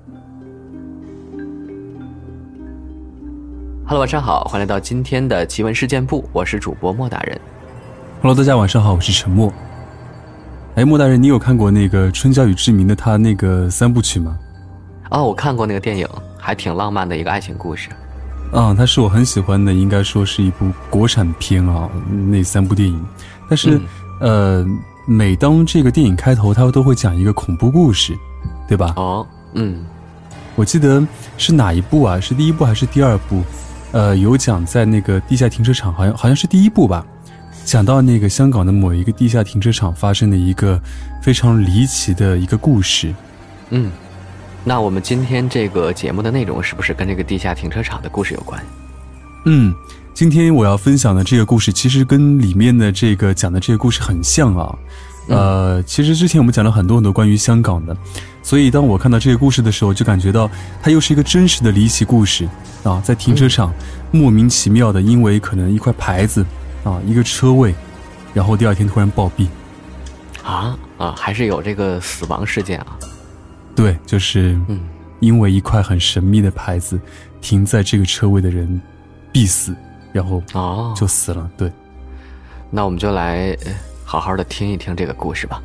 Hello， 晚上好，欢迎来到今天的奇闻事件部，我是主播莫大人。 Hello， 大家晚上好，我是陈默。莫大人，你有看过那个《春娇与志明》的他那个3部曲吗？ 我看过那个电影，还挺浪漫的一个爱情故事。 它是我很喜欢的，应该说是一部国产片啊，那3部电影。但是，每当这个电影开头，他都会讲一个恐怖故事，对吧？我记得是哪一部啊？是第1部还是第2部？有讲在那个地下停车场，好像是第1部吧，讲到那个香港的某一个地下停车场发生的一个非常离奇的一个故事。 那我们今天这个节目的内容是不是跟这个地下停车场的故事有关？ 今天我要分享的这个故事其实跟里面的这个讲的这个故事很像啊。其实之前我们讲了很多关于香港的，所以当我看到这个故事的时候，就感觉到它又是一个真实的离奇故事啊，在停车场莫名其妙的因为可能一块牌子啊，一个车位，然后第2天突然暴毙还是有这个死亡事件啊。 对，就是因为一块很神秘的牌子停在这个车位的人必死，然后就死了。对， 那我们就来好好的听一听这个故事吧。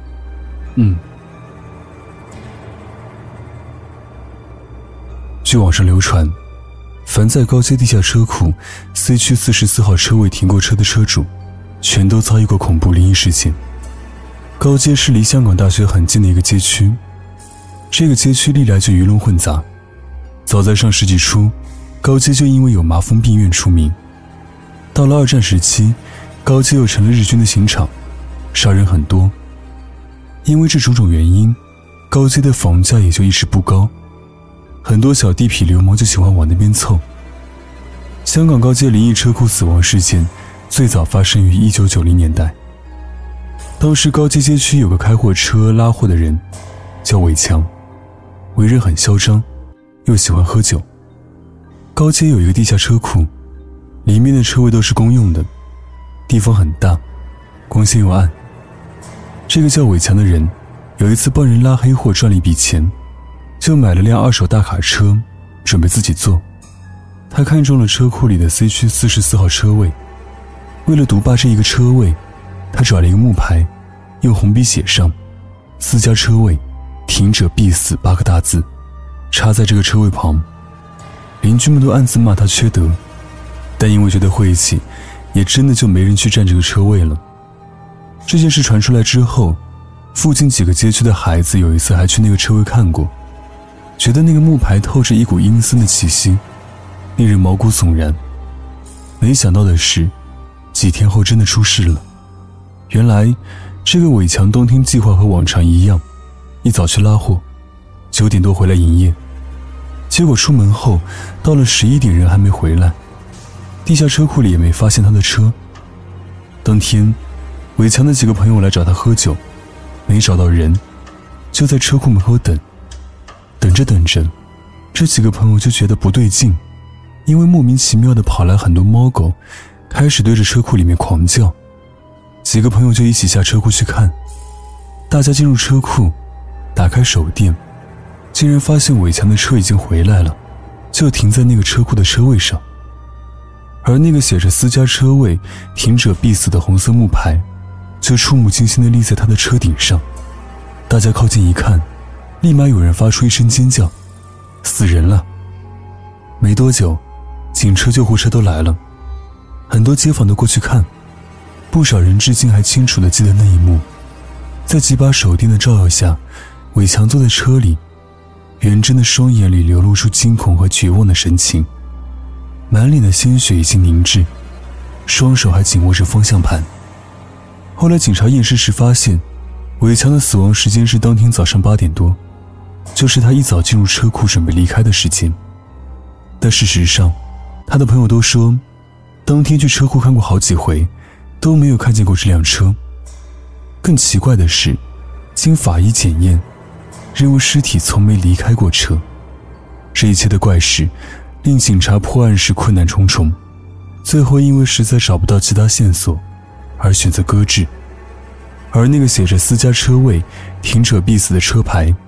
据网上流传，凡在高街地下车库 C 区44号车位停过车的车主，全都遭遇过恐怖灵异事件。高街是离香港大学很近的一个街区，这个街区历来就鱼龙混杂。早在上世纪初，高街就因为有麻风病院出名。到了2战时期，高街又成了日军的刑场，杀人很多。因为这种种原因，高街的房价也就一直不高，很多小地痞流氓就喜欢往那边凑。香港高街灵异车库死亡事件最早发生于1990年代。当时高街街区有个开货车拉货的人叫伟强，为人很嚣张，又喜欢喝酒。高街有一个地下车库，里面的车位都是公用的，地方很大，光线又暗。这个叫伟强的人有一次帮人拉黑货赚了一笔钱，就买了辆2手大卡车，准备自己坐。他看中了车库里的 C 区44号车位，为了独霸这一个车位，他找了一个木牌，用红笔写上私家车位，停者必死8个大字，插在这个车位旁。邻居们都暗自骂他缺德，但因为觉得晦气，也真的就没人去占这个车位了。这件事传出来之后，附近几个街区的孩子有一次还去那个车位看过，觉得那个木牌透着一股阴森的气息，令人毛骨悚然。没想到的是，几天后真的出事了。原来这个伟强当天计划和往常一样，一早去拉货，9点多回来营业。结果出门后到了11点人还没回来，地下车库里也没发现他的车。当天伟强的几个朋友来找他喝酒，没找到人，就在车库门口等着，这几个朋友就觉得不对劲，因为莫名其妙的跑来很多猫狗，开始对着车库里面狂叫。几个朋友就一起下车库去看。大家进入车库，打开手电，竟然发现伟强的车已经回来了，就停在那个车库的车位上。而那个写着私家车位，停者必死的红色木牌就触目惊心地立在他的车顶上。大家靠近一看，立马有人发出一声尖叫，死人了。没多久，警车救护车都来了，很多街坊都过去看，不少人至今还清楚地记得那一幕。在几把手电的照耀下，伟强坐在车里，圆睁的双眼里流露出惊恐和绝望的神情，满脸的鲜血已经凝滞，双手还紧握着方向盘。后来警察验尸时发现，伟强的死亡时间是当天早上8点多，就是他一早进入车库准备离开的时间。但事实上，他的朋友都说，当天去车库看过好几回，都没有看见过这辆车。更奇怪的是，经法医检验，认为尸体从没离开过车。这一切的怪事令警察破案时困难重重，最后因为实在找不到其他线索而选择搁置。而那个写着私家车位停者必死的车牌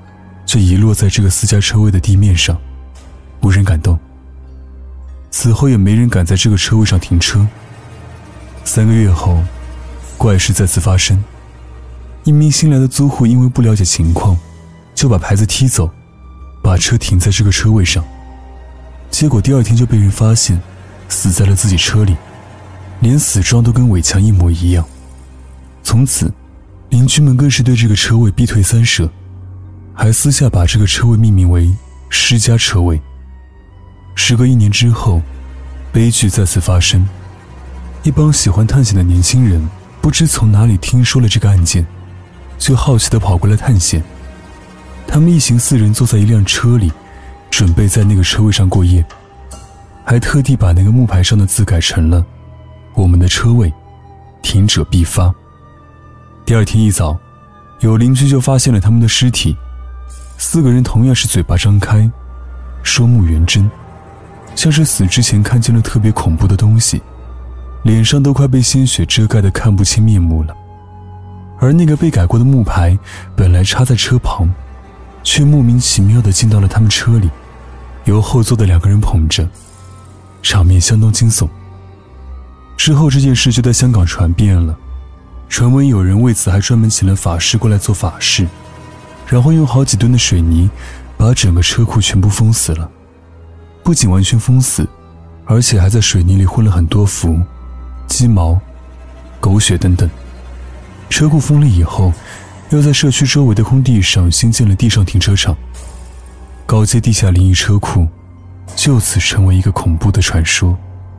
就遗落在这个私家车位的地面上，无人敢动。此后也没人敢在这个车位上停车。3个月后，怪事再次发生。一名新来的租户因为不了解情况，就把牌子踢走，把车停在这个车位上。结果第2天就被人发现死在了自己车里，连死状都跟伪强一模一样。从此邻居们更是对这个车位避退3舍，还私下把这个车位命名为失家车位。时隔1年之后，悲剧再次发生。一帮喜欢探险的年轻人不知从哪里听说了这个案件，就好奇地跑过来探险。他们一行4人坐在一辆车里，准备在那个车位上过夜，还特地把那个木牌上的字改成了我们的车位，停者必发。第2天一早，有邻居就发现了他们的尸体，4个人同样是嘴巴张开，双目圆睁，像是死之前看见了特别恐怖的东西，脸上都快被鲜血遮盖得看不清面目了。而那个被改过的木牌本来插在车旁，却莫名其妙地进到了他们车里，由后座的2个人捧着，场面相当惊悚。之后这件事就在香港传遍了，传闻有人为此还专门请了法师过来做法事，然后用好几吨的水泥把整个车库全部封死了。不仅完全封死，而且还在水泥里混了很多符、鸡毛、狗血等等。车库封了以后，又在社区周围的空地上新建了地上停车场，高阶地下灵异车库就此成为一个恐怖的传说。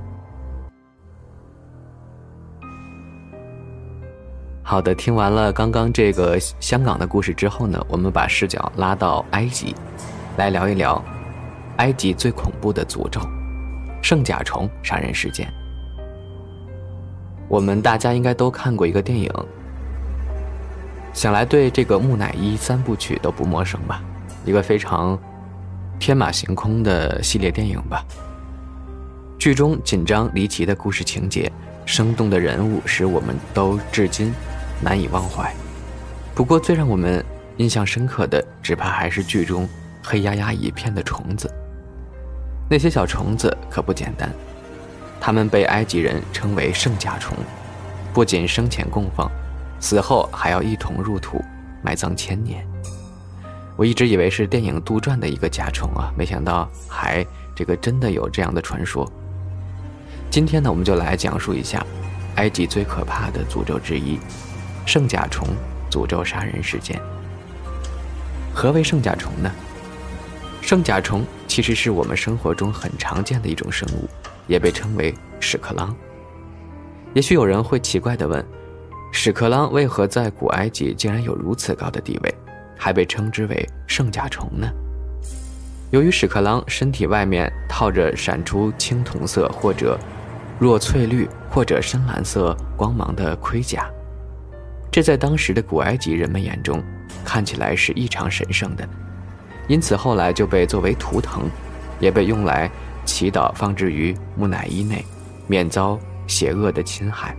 好的，听完了刚刚这个香港的故事之后呢，我们把视角拉到埃及，来聊一聊埃及最恐怖的诅咒——圣甲虫杀人事件。我们大家应该都看过一个电影，想来对这个木乃伊3部曲都不陌生吧，一个非常天马行空的系列电影吧。剧中紧张离奇的故事情节，生动的人物，使我们都至今难以忘怀。不过最让我们印象深刻的，只怕还是剧中黑压压一片的虫子。那些小虫子可不简单，它们被埃及人称为圣甲虫，不仅生前供奉，死后还要一同入土埋葬1000年。我一直以为是电影杜撰的一个甲虫啊，没想到还这个真的有这样的传说。今天呢，我们就来讲述一下埃及最可怕的诅咒之一——圣甲虫诅咒杀人事件。何为圣甲虫呢？圣甲虫其实是我们生活中很常见的一种生物，也被称为屎壳郎。也许有人会奇怪地问，屎壳郎为何在古埃及竟然有如此高的地位，还被称之为圣甲虫呢？由于屎壳郎身体外面套着闪出青铜色或者若翠绿或者深蓝色光芒的盔甲，这在当时的古埃及人们眼中看起来是异常神圣的，因此后来就被作为图腾，也被用来祈祷放置于木乃伊内，免遭邪恶的侵害。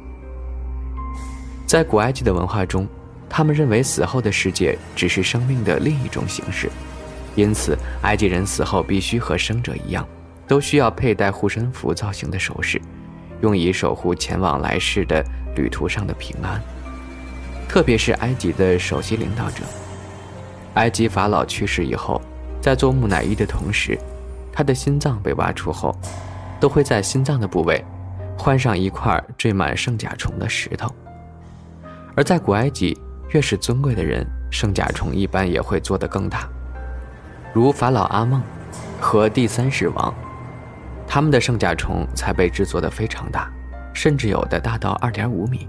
在古埃及的文化中，他们认为死后的世界只是生命的另一种形式，因此埃及人死后必须和生者一样，都需要佩戴护身符造型的首饰，用以守护前往来世的旅途上的平安。特别是埃及的首席领导者，埃及法老去世以后，在做木乃伊的同时，他的心脏被挖出后，都会在心脏的部位换上一块缀满圣甲虫的石头。而在古埃及，越是尊贵的人，圣甲虫一般也会做得更大，如法老阿孟和第3世王，他们的圣甲虫才被制作得非常大，甚至有的大到2.5米。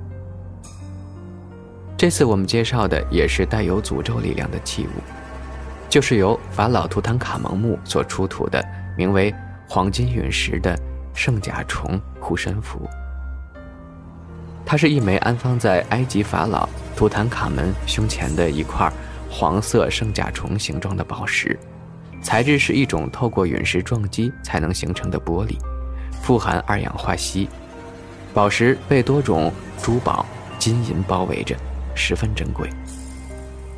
这次我们介绍的也是带有诅咒力量的器物，就是由法老图坦卡蒙墓所出土的名为黄金陨石的圣甲虫护身符。它是一枚安放在埃及法老图坦卡门胸前的一块黄色圣甲虫形状的宝石，材质是一种透过陨石撞击才能形成的玻璃，富含2氧化锡。宝石被多种珠宝、金银包围着，十分珍贵。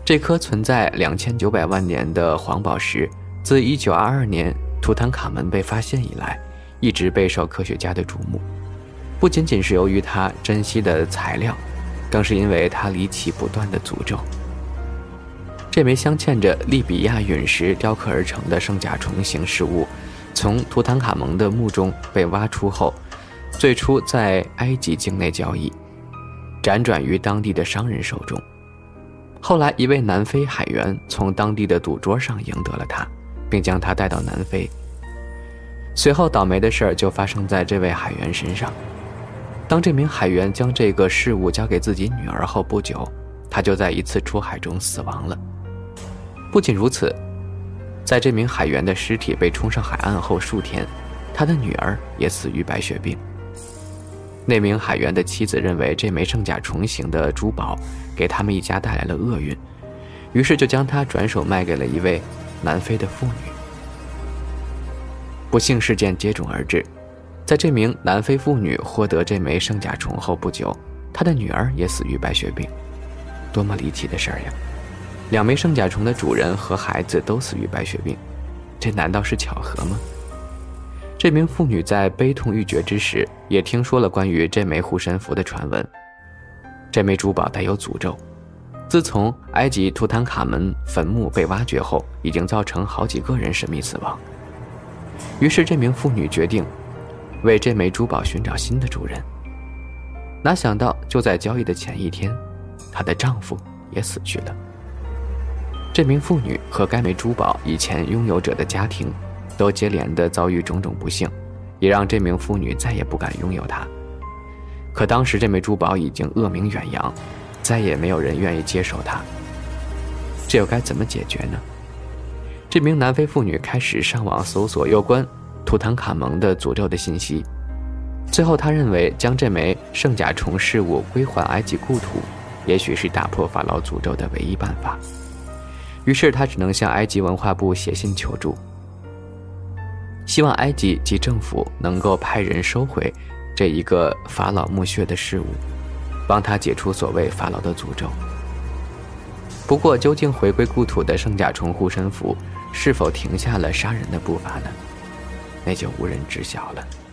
这颗存在2900万年的黄宝石，自1922年图坦卡门被发现以来，一直备受科学家的瞩目。不仅仅是由于它珍稀的材料，更是因为它离奇不断的诅咒。这枚镶嵌着利比亚陨石雕刻而成的圣甲虫形饰物，从图坦卡蒙的墓中被挖出后，最初在埃及境内交易，辗转于当地的商人手中。后来一位南非海员从当地的赌桌上赢得了它，并将它带到南非。随后倒霉的事儿就发生在这位海员身上。当这名海员将这个饰物交给自己女儿后不久，他就在一次出海中死亡了。不仅如此，在这名海员的尸体被冲上海岸后数天，他的女儿也死于白血病。那名海员的妻子认为这枚圣甲虫形的珠宝给他们一家带来了厄运，于是就将它转手卖给了一位南非的妇女。不幸事件接踵而至，在这名南非妇女获得这枚圣甲虫后不久，她的女儿也死于白血病。多么离奇的事儿呀！2枚圣甲虫的主人和孩子都死于白血病，这难道是巧合吗？这名妇女在悲痛欲绝之时，也听说了关于这枚护身符的传闻。这枚珠宝带有诅咒，自从埃及图坦卡门坟墓被挖掘后，已经造成好几个人神秘死亡。于是这名妇女决定为这枚珠宝寻找新的主人。哪想到就在交易的前一天，她的丈夫也死去了。这名妇女和该枚珠宝以前拥有者的家庭都接连地遭遇种种不幸，也让这名妇女再也不敢拥有它。可当时这枚珠宝已经恶名远扬，再也没有人愿意接受它。这又该怎么解决呢？这名南非妇女开始上网搜索有关图坦卡蒙的诅咒的信息，最后她认为将这枚圣甲虫饰物归还埃及故土，也许是打破法老诅咒的唯一办法。于是她只能向埃及文化部写信求助，希望埃及及政府能够派人收回这一个法老墓穴的饰物，帮他解除所谓法老的诅咒。不过究竟回归故土的圣甲虫护身符是否停下了杀人的步伐呢？那就无人知晓了。